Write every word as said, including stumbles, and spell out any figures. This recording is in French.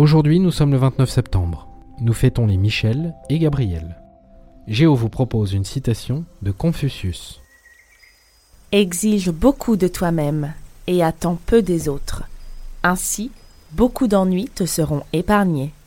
Aujourd'hui, nous sommes le vingt-neuf septembre. Nous fêtons les Michel et Gabriel. Géo vous propose une citation de Confucius. Exige beaucoup de toi-même et attends peu des autres. Ainsi, beaucoup d'ennuis te seront épargnés.